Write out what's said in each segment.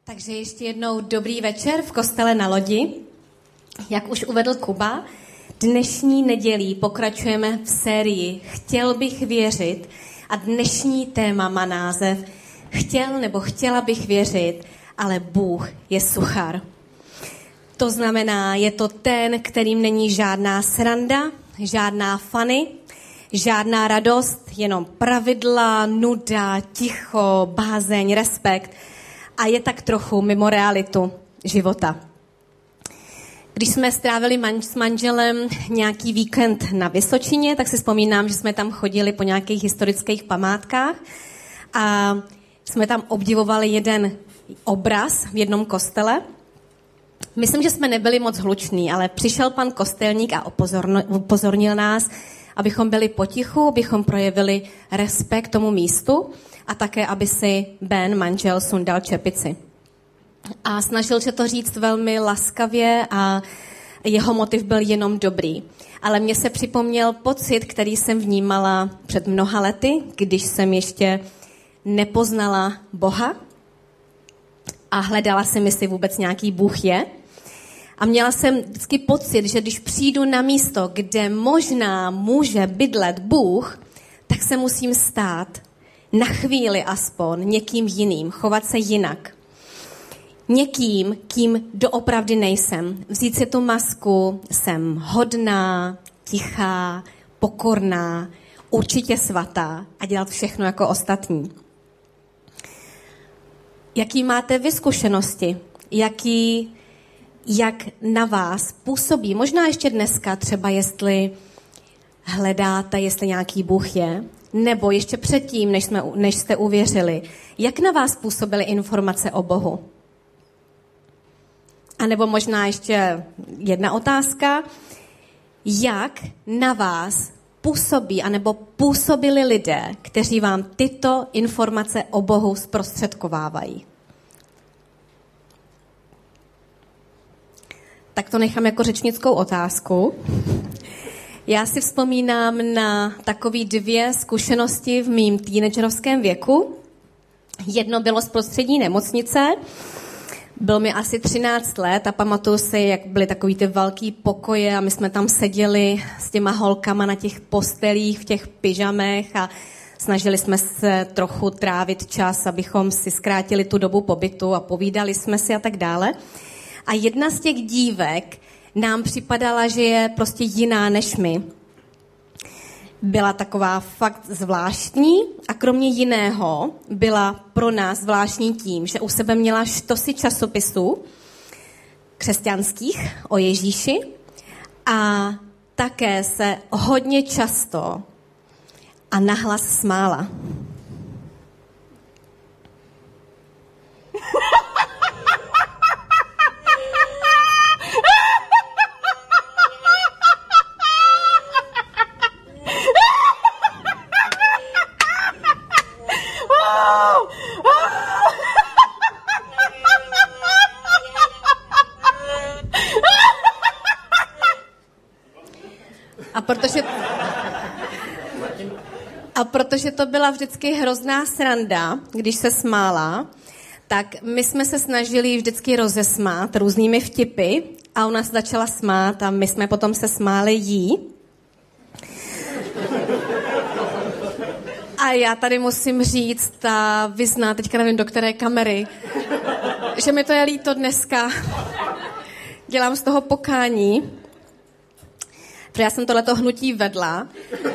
Takže ještě jednou dobrý večer v kostele na Lodi. Jak už uvedl Kuba, dnešní nedělí pokračujeme v sérii Chtěl bych věřit a dnešní téma má název Chtěl nebo chtěla bych věřit, ale Bůh je suchar. To znamená, je to ten, kterým není žádná sranda, žádná fany, žádná radost, jenom pravidla, nuda, ticho, bázeň, respekt a je tak trochu mimo realitu života. Když jsme strávili s manželem nějaký víkend na Vysočině, tak si vzpomínám, že jsme tam chodili po nějakých historických památkách a jsme tam obdivovali jeden obraz v jednom kostele. Myslím, že jsme nebyli moc hluční, ale přišel pan kostelník a upozornil nás, abychom byli potichu, abychom projevili respekt tomu místu a také, aby si Ben, manžel, sundal čepici. A snažil se to říct velmi laskavě a jeho motiv byl jenom dobrý. Ale mně se připomněl pocit, který jsem vnímala před mnoha lety, když jsem ještě nepoznala Boha a hledala jsem, jestli vůbec nějaký Bůh je. A měla jsem vždycky pocit, že když přijdu na místo, kde možná může bydlet Bůh, tak se musím stát na chvíli aspoň někým jiným, chovat se jinak. Někým, kým doopravdy nejsem. Vzít si tu masku, jsem hodná, tichá, pokorná, určitě svatá a dělat všechno jako ostatní. Jaký máte vy zkušenosti? Jak na vás působí? Možná ještě dneska třeba, jestli hledáte, jestli nějaký Bůh je, nebo ještě předtím, než jste uvěřili. Jak na vás působily informace o Bohu? A nebo možná ještě jedna otázka. Jak na vás působí, anebo působili lidé, kteří vám tyto informace o Bohu zprostředkovávají? Tak to nechám jako řečnickou otázku. Já si vzpomínám na takové 2 zkušenosti v mým teenagerovském věku. Jedno bylo z prostřední nemocnice. Byl mi asi 13 let a pamatuju si, jak byly takový ty velký pokoje a my jsme tam seděli s těma holkama na těch postelích v těch pyžamech a snažili jsme se trochu trávit čas, abychom si zkrátili tu dobu pobytu a povídali jsme si a tak dále. A jedna z těch dívek nám připadala, že je prostě jiná než my. Byla taková fakt zvláštní a kromě jiného byla pro nás zvláštní tím, že u sebe měla štosy časopisů křesťanských o Ježíši a také se hodně často a nahlas smála. A protože to byla vždycky hrozná sranda, když se smála, tak my jsme se snažili vždycky rozesmát různými vtipy a ona se začala smát a my jsme potom se smáli jí. A já tady musím říct a vyznat, teďka nevím, do které kamery, že mi to je líto dneska. Dělám z toho pokání, protože já jsem tohleto hnutí vedla.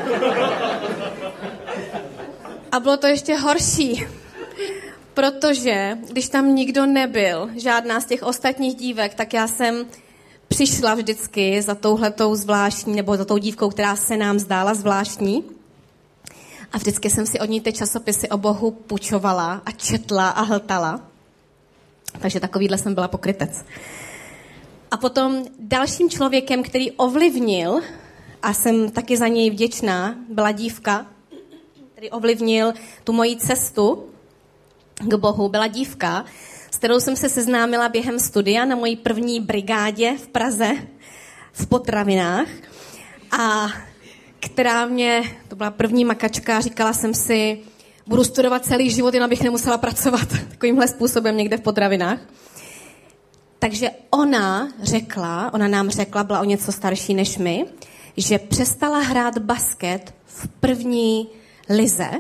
A bylo to ještě horší, protože když tam nikdo nebyl, žádná z těch ostatních dívek, tak já jsem přišla vždycky za touhletou zvláštní, nebo za tou dívkou, která se nám zdála zvláštní. A vždycky jsem si od ní ty časopisy o Bohu půjčovala a četla a hltala. Takže takovýhle jsem byla pokrytec. A potom dalším člověkem, který ovlivnil, a jsem taky za něj vděčná, byla dívka, který ovlivnil tu moji cestu k Bohu, byla dívka, s kterou jsem se seznámila během studia na mojí první brigádě v Praze v potravinách a která to byla první makačka, říkala jsem si, budu studovat celý život, jen abych nemusela pracovat takovýmhle způsobem někde v potravinách. Takže ona nám řekla, byla o něco starší než my, že přestala hrát basket v první lize,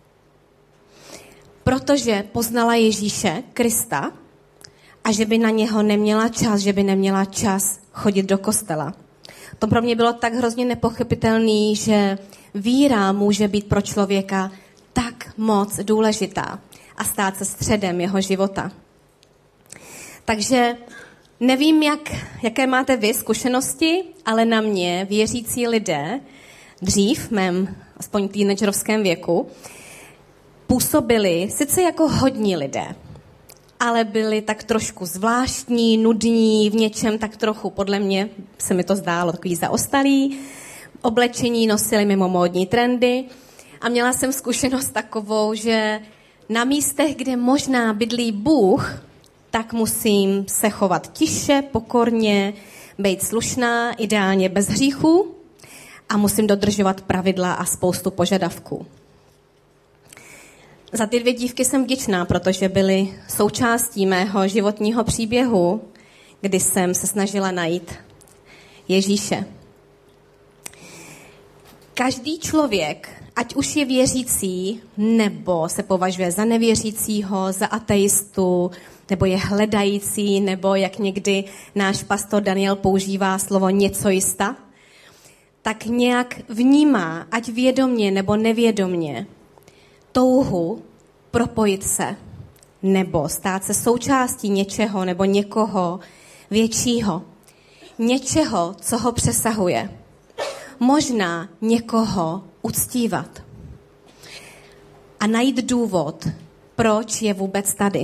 protože poznala Ježíše Krista a že by na něho neměla čas, že by neměla čas chodit do kostela. To pro mě bylo tak hrozně nepochopitelný, že víra může být pro člověka tak moc důležitá a stát se středem jeho života. Takže nevím, jaké máte vy zkušenosti, ale na mě věřící lidé dřív, v mém aspoň teenagerovském věku, působili sice jako hodní lidé, ale byli tak trošku zvláštní, nudní, v něčem tak trochu, podle mě se mi to zdálo, takový zaostalý, oblečení nosili mimo módní trendy a měla jsem zkušenost takovou, že na místech, kde možná bydlí Bůh, tak musím se chovat tiše, pokorně, být slušná, ideálně bez hříchu a musím dodržovat pravidla a spoustu požadavků. Za ty 2 dívky jsem vděčná, protože byly součástí mého životního příběhu, kdy jsem se snažila najít Ježíše. Každý člověk, ať už je věřící, nebo se považuje za nevěřícího, za ateistu, nebo je hledající, nebo jak někdy náš pastor Daniel používá slovo něcojista, tak nějak vnímá, ať vědomně nebo nevědomně, touhu propojit se nebo stát se součástí něčeho nebo někoho většího. Něčeho, co ho přesahuje. Možná někoho uctívat. A najít důvod, proč je vůbec tady.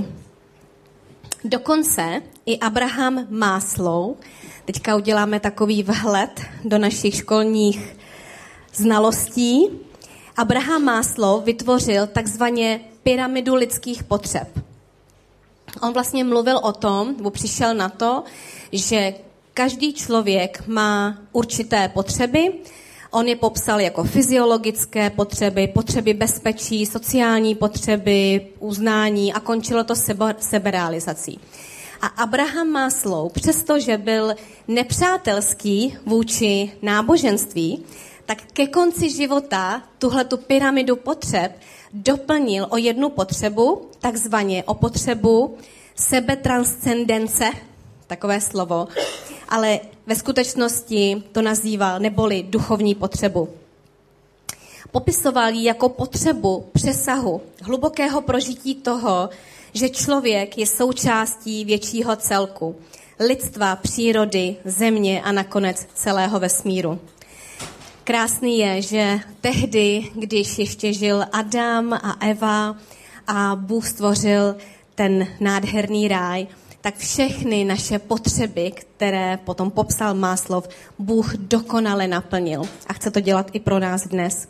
Dokonce i Abraham Maslow, teďka uděláme takový vhled do našich školních znalostí, Abraham Maslow vytvořil takzvaně pyramidu lidských potřeb. On vlastně mluvil o tom, nebo přišel na to, že každý člověk má určité potřeby. On je popsal jako fyziologické potřeby, potřeby bezpečí, sociální potřeby, uznání a končilo to seberealizací. A Abraham Maslow, přestože byl nepřátelský vůči náboženství, tak ke konci života tuhletu pyramidu potřeb doplnil o jednu potřebu, takzvaně o potřebu sebetranscendence, takové slovo, ale ve skutečnosti to nazýval neboli duchovní potřebu. Popisoval ji jako potřebu přesahu, hlubokého prožití toho, že člověk je součástí většího celku, lidstva, přírody, země a nakonec celého vesmíru. Krásný je, že tehdy, když ještě žil Adam a Eva a Bůh stvořil ten nádherný ráj, tak všechny naše potřeby, které potom popsal Maslow, Bůh dokonale naplnil. A chce to dělat i pro nás dnes.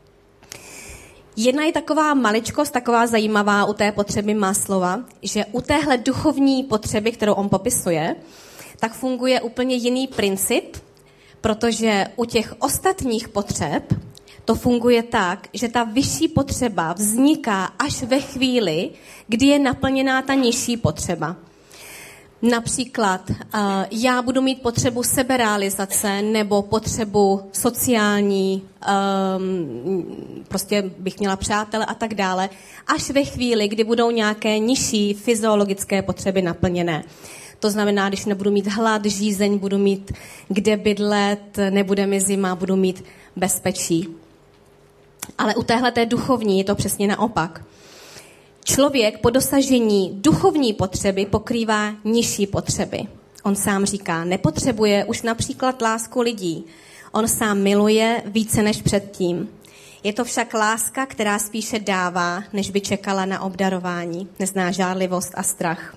Jedna je taková maličkost, taková zajímavá u té potřeby Maslowa, že u téhle duchovní potřeby, kterou on popisuje, tak funguje úplně jiný princip, protože u těch ostatních potřeb to funguje tak, že ta vyšší potřeba vzniká až ve chvíli, kdy je naplněná ta nižší potřeba. Například já budu mít potřebu seberealizace nebo potřebu sociální, prostě bych měla přátele a tak dále, až ve chvíli, kdy budou nějaké nižší fyziologické potřeby naplněné. To znamená, když nebudu mít hlad, žízeň, budu mít kde bydlet, nebude mi zima, budu mít bezpečí. Ale u téhleté duchovní je to přesně naopak. Člověk po dosažení duchovní potřeby pokrývá nižší potřeby. On sám říká, nepotřebuje už například lásku lidí. On sám miluje více než předtím. Je to však láska, která spíše dává, než by čekala na obdarování. Nezná žárlivost a strach.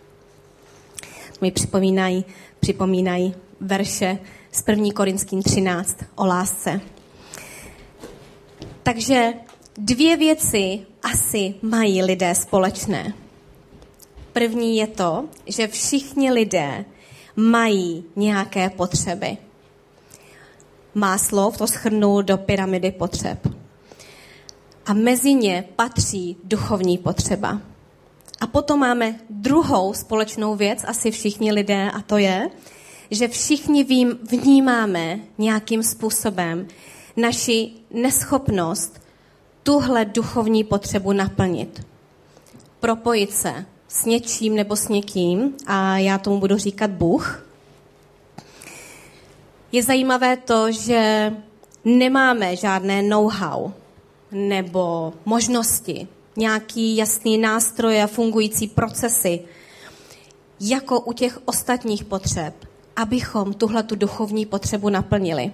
Mi připomínají verše z 1. Korinským 13 o lásce. Takže 2 věci asi mají lidé společné. První je to, že všichni lidé mají nějaké potřeby. Maslow to shrnul do pyramidy potřeb. A mezi ně patří duchovní potřeba. A potom máme druhou společnou věc, asi všichni lidé, a to je, že všichni vnímáme nějakým způsobem naši neschopnost tuhle duchovní potřebu naplnit. Propojit se s něčím nebo s někým, a já tomu budu říkat Bůh. Je zajímavé to, že nemáme žádné know-how nebo možnosti, nějaký jasný nástroj a fungující procesy, jako u těch ostatních potřeb, abychom tuhletu duchovní potřebu naplnili.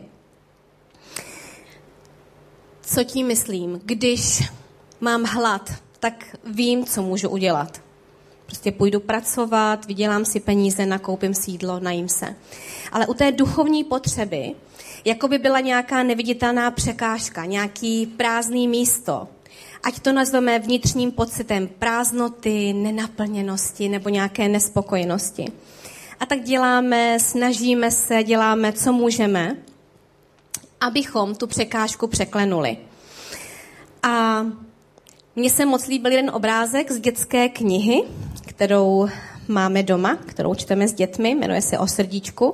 Co tím myslím? Když mám hlad, tak vím, co můžu udělat. Prostě půjdu pracovat, vydělám si peníze, nakoupím si jídlo, najím se. Ale u té duchovní potřeby, jako by byla nějaká neviditelná překážka, nějaký prázdný místo, ať to nazveme vnitřním pocitem prázdnoty, nenaplněnosti nebo nějaké nespokojenosti. A tak děláme, snažíme se, děláme, co můžeme, abychom tu překážku překlenuli. A mně se moc líbil jeden obrázek z dětské knihy, kterou máme doma, kterou čteme s dětmi, jmenuje se O srdíčku.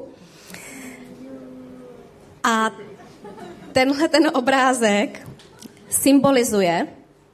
A tenhle ten obrázek symbolizuje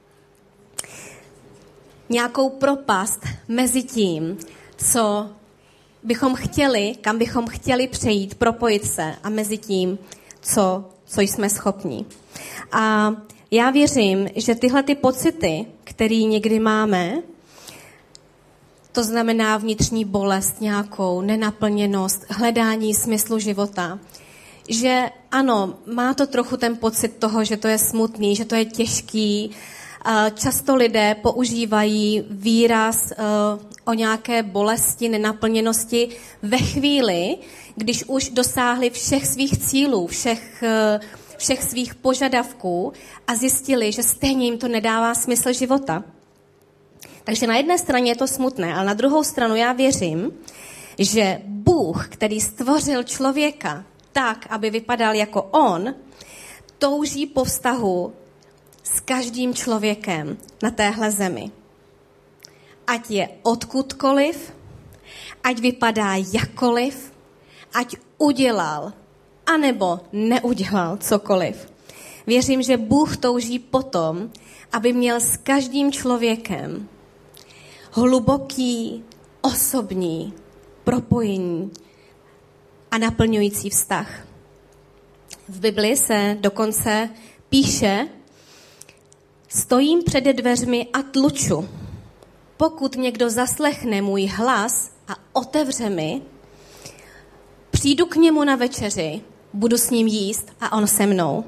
nějakou propast mezi tím, co bychom chtěli, kam bychom chtěli přejít, propojit se, a mezi tím, co jsme schopní. A já věřím, že tyhle ty pocity, které někdy máme, to znamená vnitřní bolest nějakou, nenaplněnost, hledání smyslu života, že ano, má to trochu ten pocit toho, že to je smutný, že to je těžký. Často lidé používají výraz o nějaké bolesti, nenaplněnosti ve chvíli, když už dosáhli všech svých cílů, všech svých požadavků a zjistili, že stejně jim to nedává smysl života. Takže na jedné straně je to smutné, ale na druhou stranu já věřím, že Bůh, který stvořil člověka tak, aby vypadal jako on, touží po vztahu s každým člověkem na téhle zemi. Ať je odkudkoliv, ať vypadá jakkoliv, ať udělal, anebo neudělal cokoliv. Věřím, že Bůh touží potom, aby měl s každým člověkem hluboký, osobní propojení a naplňující vztah. V Bibli se dokonce píše: stojím před dveřmi a tluču. Pokud někdo zaslechne můj hlas a otevře mi, přijdu k němu na večeři, budu s ním jíst a on se mnou.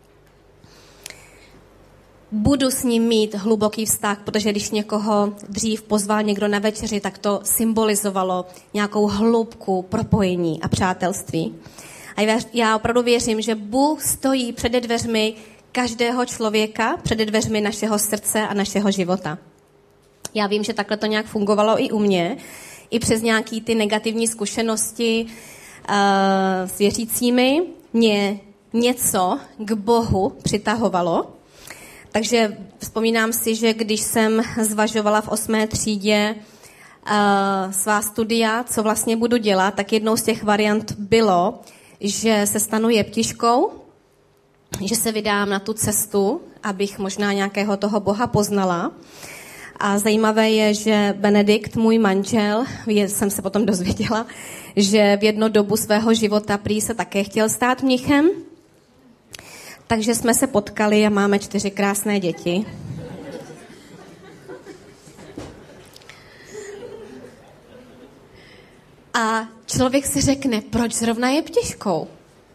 Budu s ním mít hluboký vztah, protože když někoho dřív pozval někdo na večeři, tak to symbolizovalo nějakou hloubku propojení a přátelství. A já opravdu věřím, že Bůh stojí před dveřmi každého člověka, před dveřmi našeho srdce a našeho života. Já vím, že takhle to nějak fungovalo i u mě, i přes nějaké ty negativní zkušenosti s věřícími mě něco k Bohu přitahovalo. Takže vzpomínám si, že když jsem zvažovala v 8. třídě svá studia, co vlastně budu dělat, tak jednou z těch variant bylo, že se stanu jeptiškou, že se vydám na tu cestu, abych možná nějakého toho Boha poznala. A zajímavé je, že Benedikt, můj manžel, jsem se potom dozvěděla, že v jednu dobu svého života prý se také chtěl stát mnichem. Takže jsme se potkali a máme 4 krásné děti. A člověk si řekne, proč zrovna jeptiškou?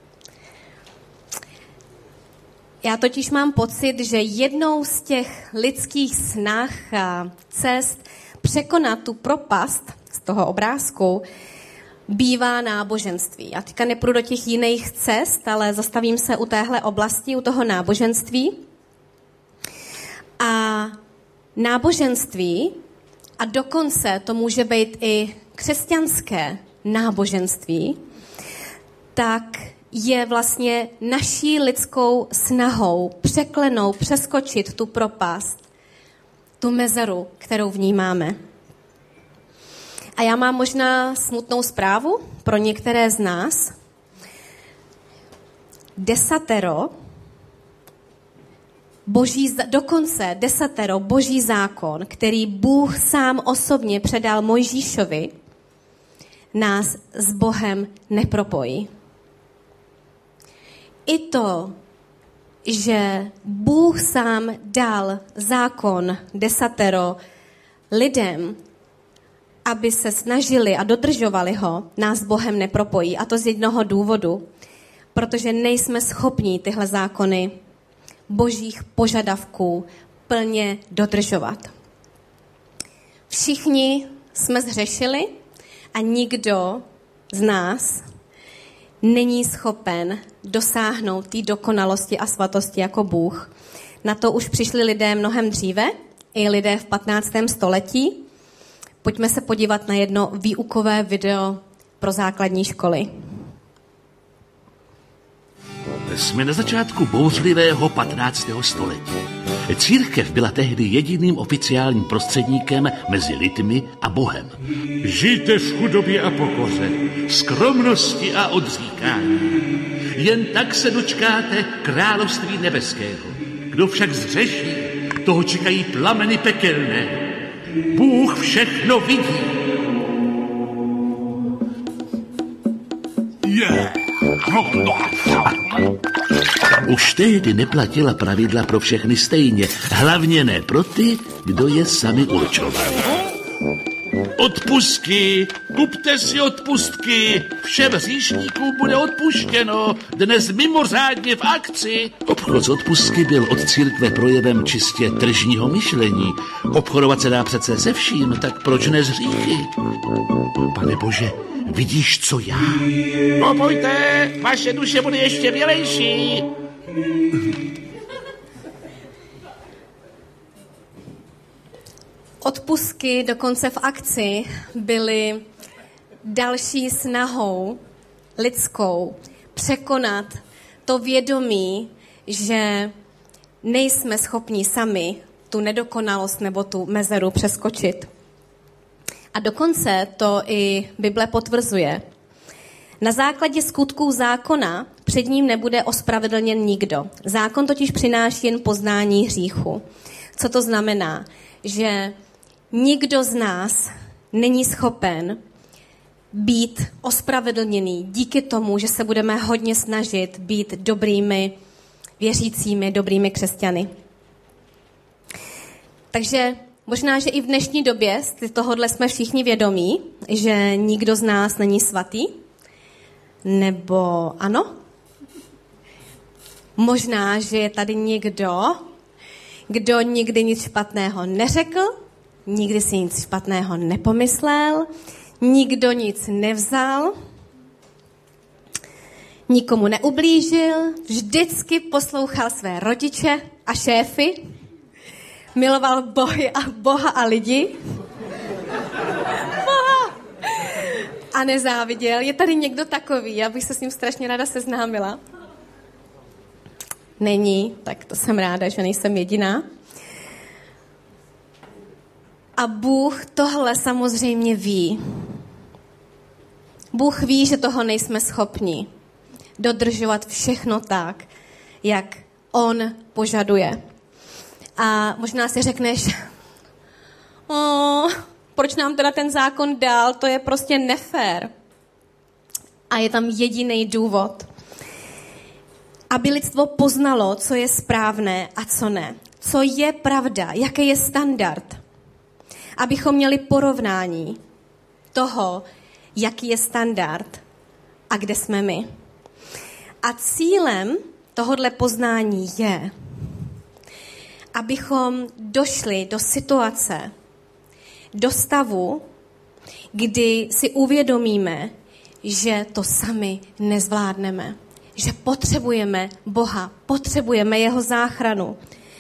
Já totiž mám pocit, že jednou z těch lidských snah a cest překonat tu propast z toho obrázku bývá náboženství. Já teďka nepůjdu do těch jiných cest, ale zastavím se u téhle oblasti, u toho náboženství. A náboženství, a dokonce to může být i křesťanské náboženství, tak je vlastně naší lidskou snahou přeskočit tu propast, tu mezeru, kterou vnímáme. A já mám možná smutnou zprávu pro některé z nás. Desatero boží zákon, který Bůh sám osobně předal Mojžíšovi, nás s Bohem nepropojí. I to, že Bůh sám dal zákon 10 lidem, aby se snažili a dodržovali ho, nás s Bohem nepropojí. A to z jednoho důvodu, protože nejsme schopni tyhle zákony božích požadavků plně dodržovat. Všichni jsme zhřešili a nikdo z nás není schopen dosáhnout té dokonalosti a svatosti jako Bůh. Na to už přišli lidé mnohem dříve, i lidé v 15. století. Pojďme se podívat na jedno výukové video pro základní školy. Jsme na začátku bouřlivého 15. století. Církev byla tehdy jediným oficiálním prostředníkem mezi lidmi a Bohem. Žijte v chudobě a pokoře, skromnosti a odříkání. Jen tak se dočkáte království nebeského. Kdo však zřeší, toho čekají plameny pekelné. Bůh všechno vidí. Už tehdy neplatila pravidla pro všechny stejně, hlavně ne pro ty, kdo je sami určovali. Odpustky, kupte si odpustky, všem hříšníkům bude odpuštěno, dnes mimořádně v akci. Obchod s odpustky byl od církve projevem čistě tržního myšlení. Obchodovat se dá přece se vším, tak proč ne s hříchy? Pane Bože, vidíš, co já? Pojďte, vaše duše bude ještě bělejší. Odpustky dokonce v akci byly další snahou lidskou překonat to vědomí, že nejsme schopni sami tu nedokonalost nebo tu mezeru přeskočit. A dokonce to i Bible potvrzuje. Na základě skutků zákona před ním nebude ospravedlněn nikdo. Zákon totiž přináší jen poznání hříchu. Co to znamená? Že nikdo z nás není schopen být ospravedlněný díky tomu, že se budeme hodně snažit být dobrými věřícími, dobrými křesťany. Takže možná, že i v dnešní době tohodle jsme všichni vědomí, že nikdo z nás není svatý. Nebo ano? Možná, že je tady někdo, kdo nikdy nic špatného neřekl, nikdy si nic špatného nepomyslel, nikdo nic nevzal, nikomu neublížil, vždycky poslouchal své rodiče a šéfy, miloval Boha a lidi a nezáviděl. Je tady někdo takový, já bych se s ním strašně ráda seznámila. Není, tak to jsem ráda, že nejsem jediná. A Bůh tohle samozřejmě ví. Bůh ví, že toho nejsme schopni dodržovat všechno tak, jak on požaduje. A možná si řekneš, proč nám teda ten zákon dal, to je prostě nefér. A je tam jediný důvod. Aby lidstvo poznalo, co je správné a co ne. Co je pravda, jaký je standard. Abychom měli porovnání toho, jaký je standard a kde jsme my. A cílem tohodle poznání je, abychom došli do situace, do stavu, kdy si uvědomíme, že to sami nezvládneme. Že potřebujeme Boha, potřebujeme jeho záchranu.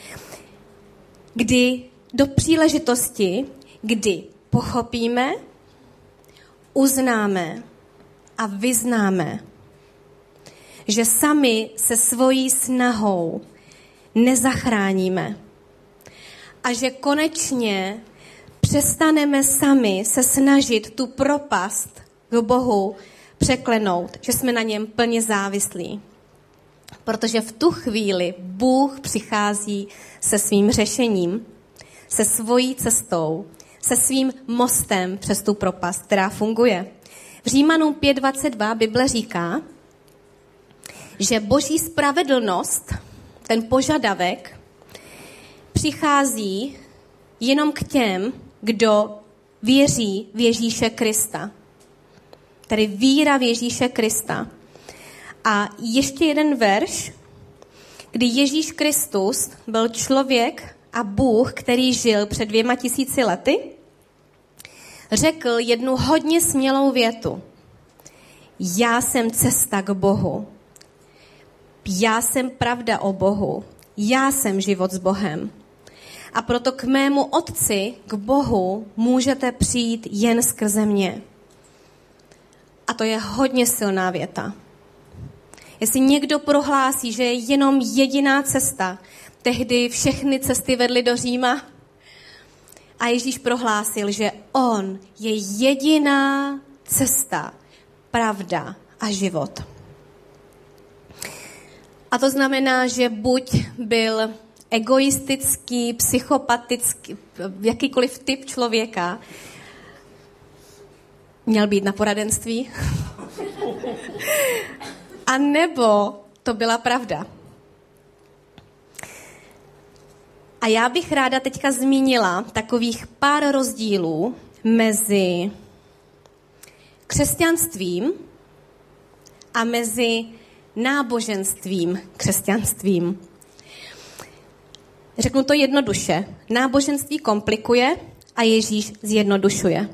Kdy do příležitosti, kdy pochopíme, uznáme a vyznáme, že sami se svojí snahou nezachráníme a že konečně přestaneme sami se snažit tu propast k Bohu překlenout, že jsme na něm plně závislí. Protože v tu chvíli Bůh přichází se svým řešením, se svojí cestou, se svým mostem přes tu propast, která funguje. V Římanům 5:22 Bible říká, že Boží spravedlnost, ten požadavek, přichází jenom k těm, kdo věří v Ježíše Krista. Tedy víra v Ježíše Krista. A ještě jeden verš, kdy Ježíš Kristus byl člověk a Bůh, který žil před 2000 lety, řekl jednu hodně smělou větu. Já jsem cesta k Bohu. Já jsem pravda o Bohu. Já jsem život s Bohem. A proto k mému Otci, k Bohu, můžete přijít jen skrze mě. A to je hodně silná věta. Jestli někdo prohlásí, že je jenom jediná cesta, tehdy všechny cesty vedly do Říma a Ježíš prohlásil, že on je jediná cesta, pravda a život. A to znamená, že buď byl egoistický, psychopatický, jakýkoliv typ člověka, měl být na poradenství, a nebo to byla pravda. A já bych ráda teďka zmínila takových pár rozdílů mezi křesťanstvím a mezi náboženstvím křesťanstvím. Řeknu to jednoduše. Náboženství komplikuje a Ježíš zjednodušuje.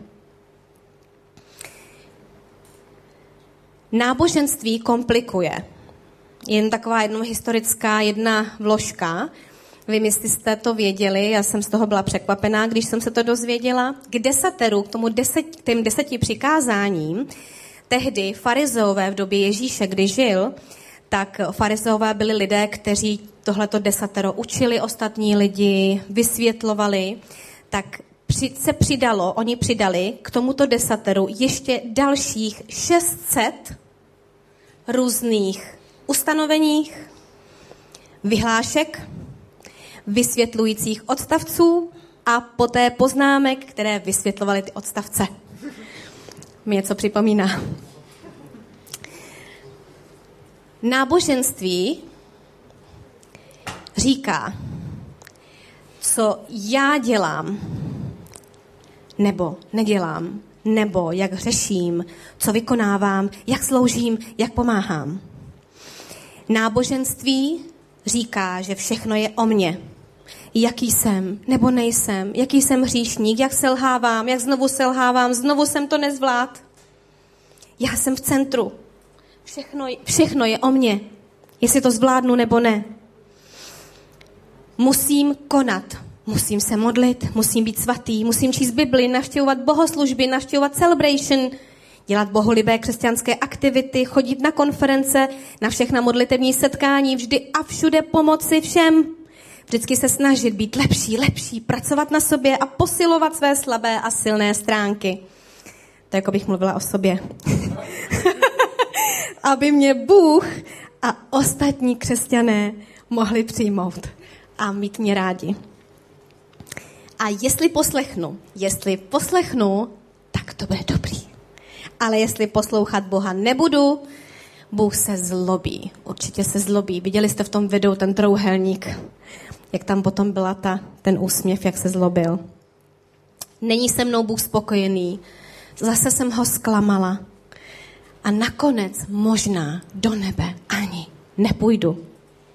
Náboženství komplikuje. Jen taková historická vložka. Vím, jestli jste to věděli, já jsem z toho byla překvapená, když jsem se to dozvěděla. K desateru, k těm 10 přikázáním, tehdy farizeové v době Ježíše, kdy žil, tak farizeové byli lidé, kteří tohleto desatero učili ostatní lidi, vysvětlovali, tak oni přidali k tomuto desateru ještě dalších 600 různých ustanoveních, vyhlášek, vysvětlujících odstavců a poté poznámek, které vysvětlovaly ty odstavce. Mi něco připomíná. Náboženství říká, co já dělám, nebo nedělám, nebo jak řeším, co vykonávám, jak sloužím, jak pomáhám. Náboženství říká, že všechno je o mně. Jaký jsem, nebo nejsem, jaký jsem hříšník, jak selhávám, jak znovu jsem to nezvládl. Já jsem v centru. Všechno je o mně, jestli to zvládnu nebo ne. Musím konat, musím se modlit, musím být svatý, musím číst Bibli, navštěvovat bohoslužby, navštěvovat celebration, dělat bohulibé křesťanské aktivity, chodit na konference, na všechna modlitevní setkání, vždy a všude pomoci všem. Vždycky se snažit být lepší, pracovat na sobě a posilovat své slabé a silné stránky. To jako bych mluvila o sobě. Aby mě Bůh a ostatní křesťané mohli přijmout a mít mě rádi. A jestli poslechnu, tak to bude dobrý. Ale jestli poslouchat Boha nebudu, Bůh se zlobí. Určitě se zlobí. Viděli jste v tom videu ten trouhelník, jak tam potom byla ten úsměv, jak se zlobil. Není se mnou Bůh spokojený. Zase jsem ho zklamala. A nakonec možná do nebe ani nepůjdu.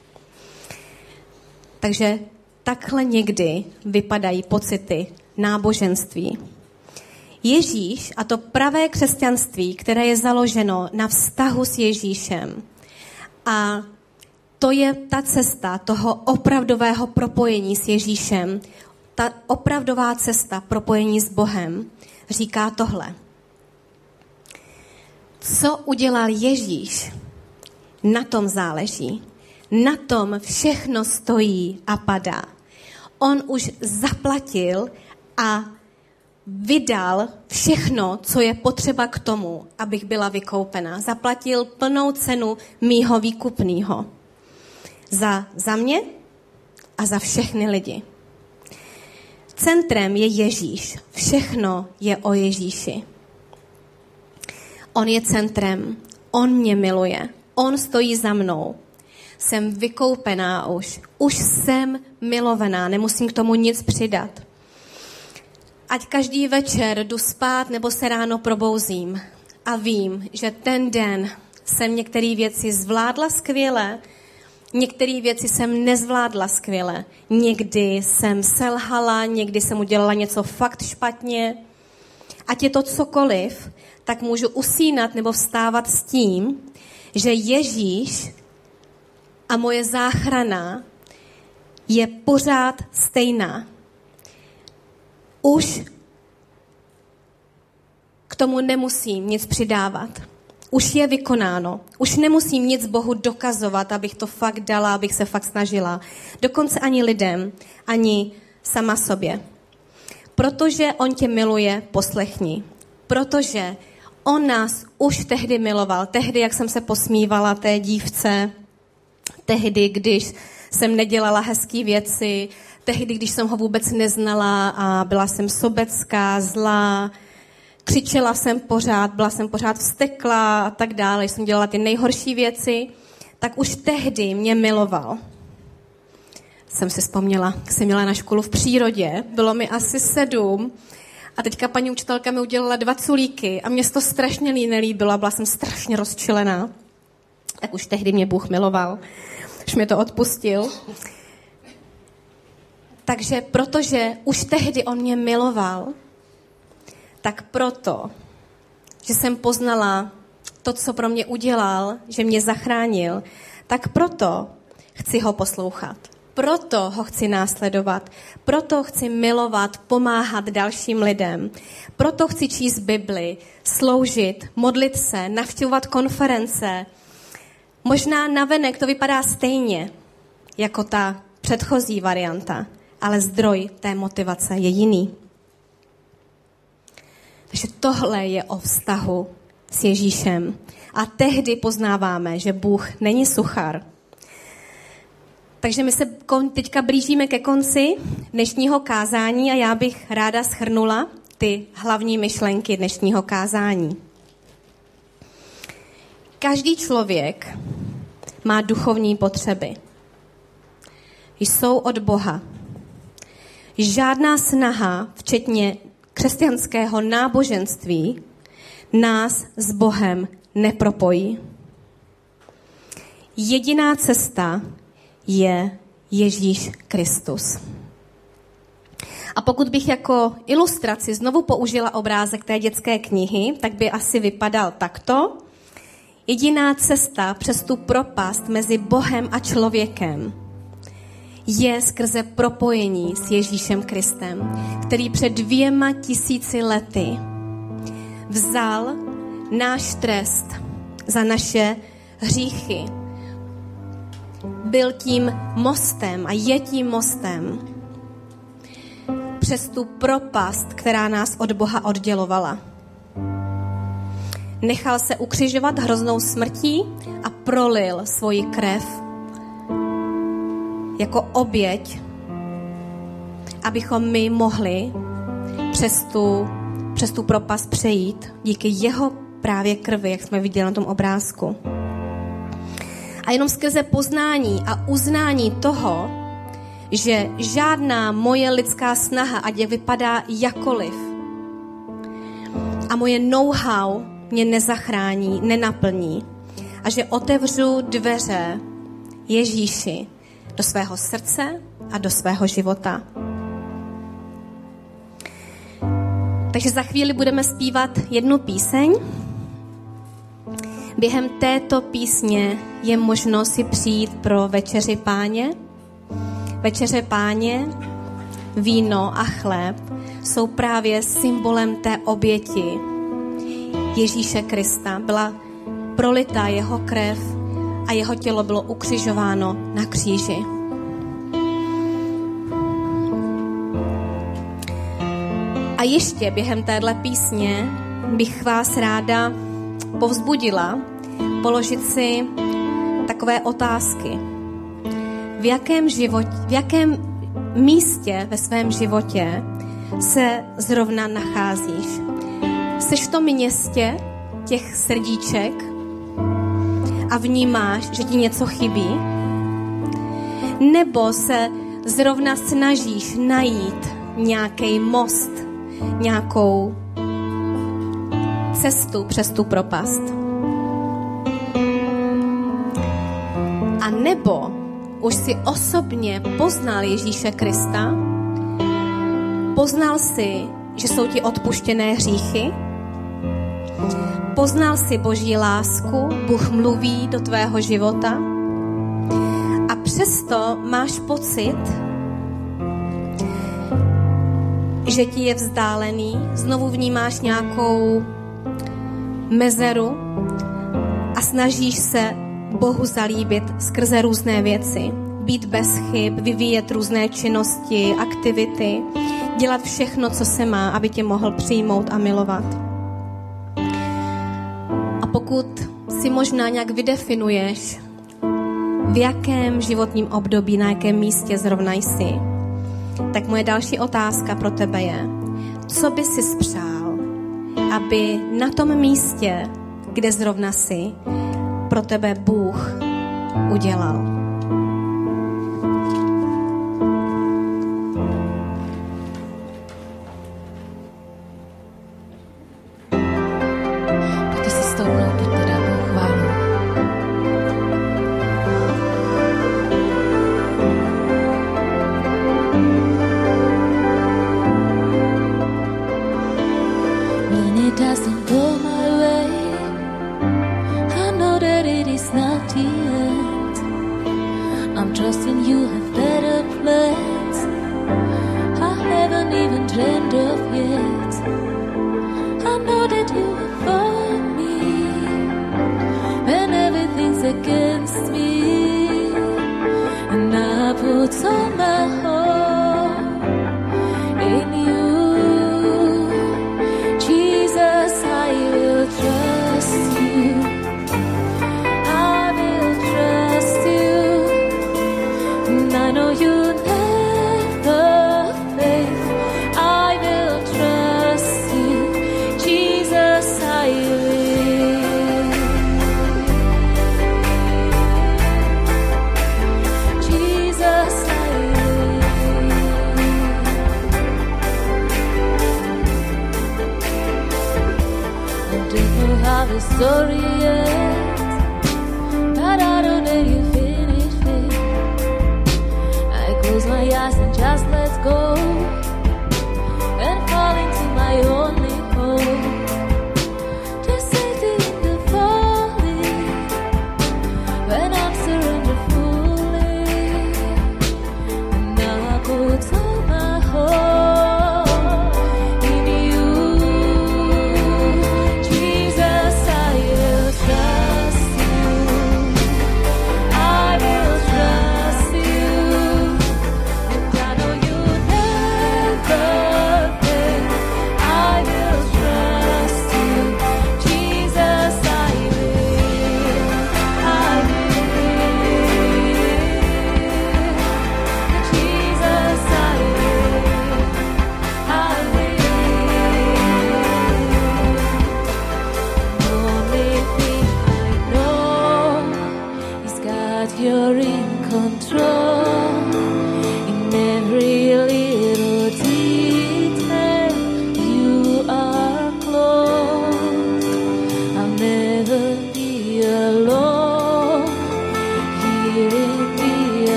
Takže takhle někdy vypadají pocity náboženství. Ježíš a to pravé křesťanství, které je založeno na vztahu s Ježíšem. A to je ta cesta toho opravdového propojení s Ježíšem. Ta opravdová cesta propojení s Bohem říká tohle. Co udělal Ježíš, Na tom záleží. Na tom všechno stojí a padá. On už zaplatil a vydal všechno, co je potřeba k tomu, abych byla vykoupena. Zaplatil plnou cenu mýho výkupného. Za mě a za všechny lidi. Centrem je Ježíš. Všechno je o Ježíši. On je centrem. On mě miluje. On stojí za mnou. Jsem vykoupená už. Už jsem milovaná. Nemusím k tomu nic přidat. Ať každý večer jdu spát nebo se ráno probouzím a vím, že ten den jsem některé věci zvládla skvěle, některé věci jsem nezvládla skvěle. Někdy jsem selhala, někdy jsem udělala něco fakt špatně. Ať je to cokoliv, tak můžu usínat nebo vstávat s tím, že Ježíš a moje záchrana je pořád stejná. Už k tomu nemusím nic přidávat. Už je vykonáno. Už nemusím nic Bohu dokazovat, abych to fakt dala, abych se fakt snažila. Dokonce ani lidem, ani sama sobě. Protože on tě miluje, poslechni. Protože on nás už tehdy miloval. Tehdy, jak jsem se posmívala té dívce. Tehdy, když jsem nedělala hezký věci. Tehdy, když jsem ho vůbec neznala a byla jsem sobecká, zlá. Křičela jsem pořád, byla jsem pořád vzteklá a tak dále. Jsem dělala ty nejhorší věci. Tak už tehdy mě miloval. Jsem si vzpomněla, jak jsem měla na školu v přírodě. Bylo mi asi 7. A teďka paní učitelka mi udělala 2 culíky a mě se to strašně nelíbilo a byla jsem strašně rozčilená. Tak už tehdy mě Bůh miloval. Už mě to odpustil. Takže protože už tehdy on mě miloval, tak proto, že jsem poznala to, co pro mě udělal, že mě zachránil, tak proto chci ho poslouchat. Proto ho chci následovat. Proto chci milovat, pomáhat dalším lidem. Proto chci číst Bibli, sloužit, modlit se, navštěvovat konference. Možná navenek to vypadá stejně jako ta předchozí varianta, ale zdroj té motivace je jiný. Takže tohle je o vztahu s Ježíšem. A tehdy poznáváme, že Bůh není suchar. Takže my se teďka blížíme ke konci dnešního kázání a já bych ráda shrnula ty hlavní myšlenky dnešního kázání. Každý člověk má duchovní potřeby. Jsou od Boha. Žádná snaha, včetně křesťanského náboženství, nás s Bohem nepropojí. Jediná cesta je Ježíš Kristus. A pokud bych jako ilustraci znovu použila obrázek té dětské knihy, tak by asi vypadal takto. Jediná cesta přes tu propast mezi Bohem a člověkem je skrze propojení s Ježíšem Kristem, který před 2000 lety vzal náš trest za naše hříchy. Byl tím mostem a je tím mostem přes tu propast, která nás od Boha oddělovala. Nechal se ukřižovat hroznou smrtí a prolil svoji krev jako oběť, abychom my mohli přes tu propast přejít díky jeho právě krvi, jak jsme viděli na tom obrázku. A jenom skrze poznání a uznání toho, že žádná moje lidská snaha, ať je vypadá jakoliv, a moje know-how mě nezachrání, nenaplní, a že otevřu dveře Ježíši do svého srdce a do svého života. Takže za chvíli budeme zpívat jednu píseň. Během této písně je možno si přijít pro večeři Páně. Večeře Páně, víno a chléb jsou právě symbolem té oběti Ježíše Krista. Byla prolitá jeho krev a jeho tělo bylo ukřižováno na kříži. A ještě během téhle písně bych vás ráda povzbudila položit si takové otázky. V jakém místě ve svém životě se zrovna nacházíš? Jsi v tom městě těch srdíček a vnímáš, že ti něco chybí? Nebo se zrovna snažíš najít nějaký most, nějakou cestu přes tu propast? A nebo už si osobně poznal Ježíše Krista? Poznal si, že jsou ti odpuštěné hříchy? Poznal si Boží lásku? Bůh mluví do tvého života? A přesto máš pocit, že ti je vzdálený? Znovu vnímáš nějakou mezeru a snažíš se Bohu zalíbit skrze různé věci. Být bez chyb, vyvíjet různé činnosti, aktivity, dělat všechno, co se má, aby tě mohl přijmout a milovat. A pokud si možná nějak vydefinuješ, v jakém životním období, na jakém místě zrovna jsi, tak moje další otázka pro tebe je, co by si spřál, aby na tom místě, kde zrovna jsi, pro tebe Bůh udělal. Pojďte si stoupnout, pojďte dát Bohu chválu. When it doesn't go my way, I know that it is not the end. I'm trusting you have better plans I haven't even dreamed of yet. I know that you are for me when everything's against me, and I put all my hope in you. Jesus, I will trust you. I will trust you. And I know you never fail. I will trust you. Jesus, I will. Jesus, I will. I don't know how the story ends, but I don't know you finish it. I close my eyes and just let go and fall into my only hope. There's safety in the falling when I'm surrendered fully, and now I put all my hope in you. Jesus, I will trust you. I will trust you. And I know you never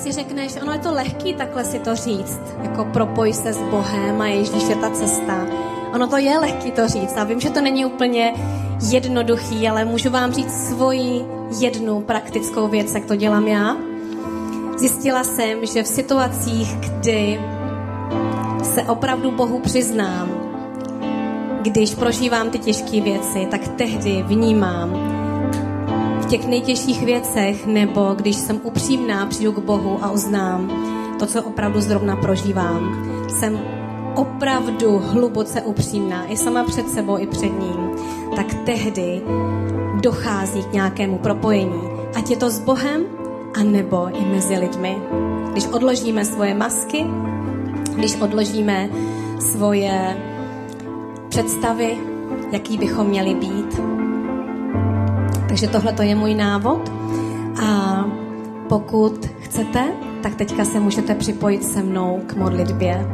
si řekneš, ono je to lehký takhle si to říct, jako propoj se s Bohem a Ježíš je ta cesta. Ono to je lehký to říct a vím, že to není úplně jednoduchý, ale můžu vám říct svoji jednu praktickou věc, jak to dělám já. Zjistila jsem, že v situacích, kdy se opravdu Bohu přiznám, když prožívám ty těžké věci, tak tehdy vnímám v těch nejtěžších věcech, nebo když jsem upřímná, přijdu k Bohu a uznám to, co opravdu zrovna prožívám. Jsem opravdu hluboce upřímná, i sama před sebou, i před ním, tak tehdy dochází k nějakému propojení. Ať je to s Bohem, anebo i mezi lidmi. Když odložíme svoje masky, když odložíme svoje představy, jaký bychom měli být. Takže tohle to je můj návod a pokud chcete, tak teďka se můžete připojit se mnou k modlitbě.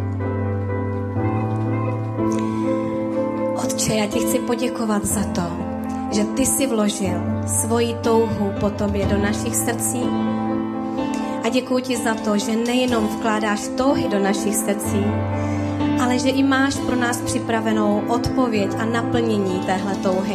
Otče, já ti chci poděkovat za to, že ty jsi vložil svoji touhu po tobě do našich srdcí a děkuji ti za to, že nejenom vkládáš touhy do našich srdcí, ale že i máš pro nás připravenou odpověď a naplnění téhle touhy.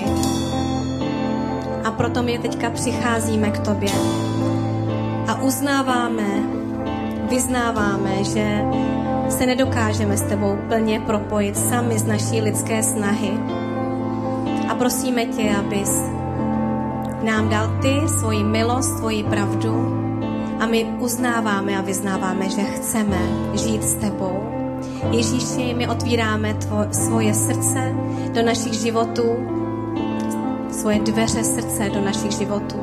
A proto my teďka přicházíme k tobě a uznáváme, vyznáváme, že se nedokážeme s tebou plně propojit sami z naší lidské snahy. A prosíme tě, abys nám dal ty svoji milost, svoji pravdu a my uznáváme a vyznáváme, že chceme žít s tebou. Ježíši, my otvíráme svoje srdce do našich životů, svoje dveře srdce do našich životů.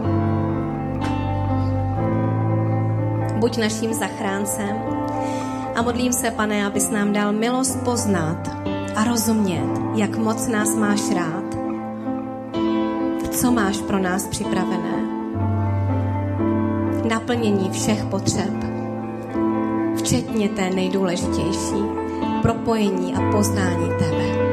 Buď naším zachráncem a modlím se, Pane, abys nám dal milost poznat a rozumět, jak moc nás máš rád, co máš pro nás připravené, naplnění všech potřeb, včetně té nejdůležitější, propojení a poznání tebe.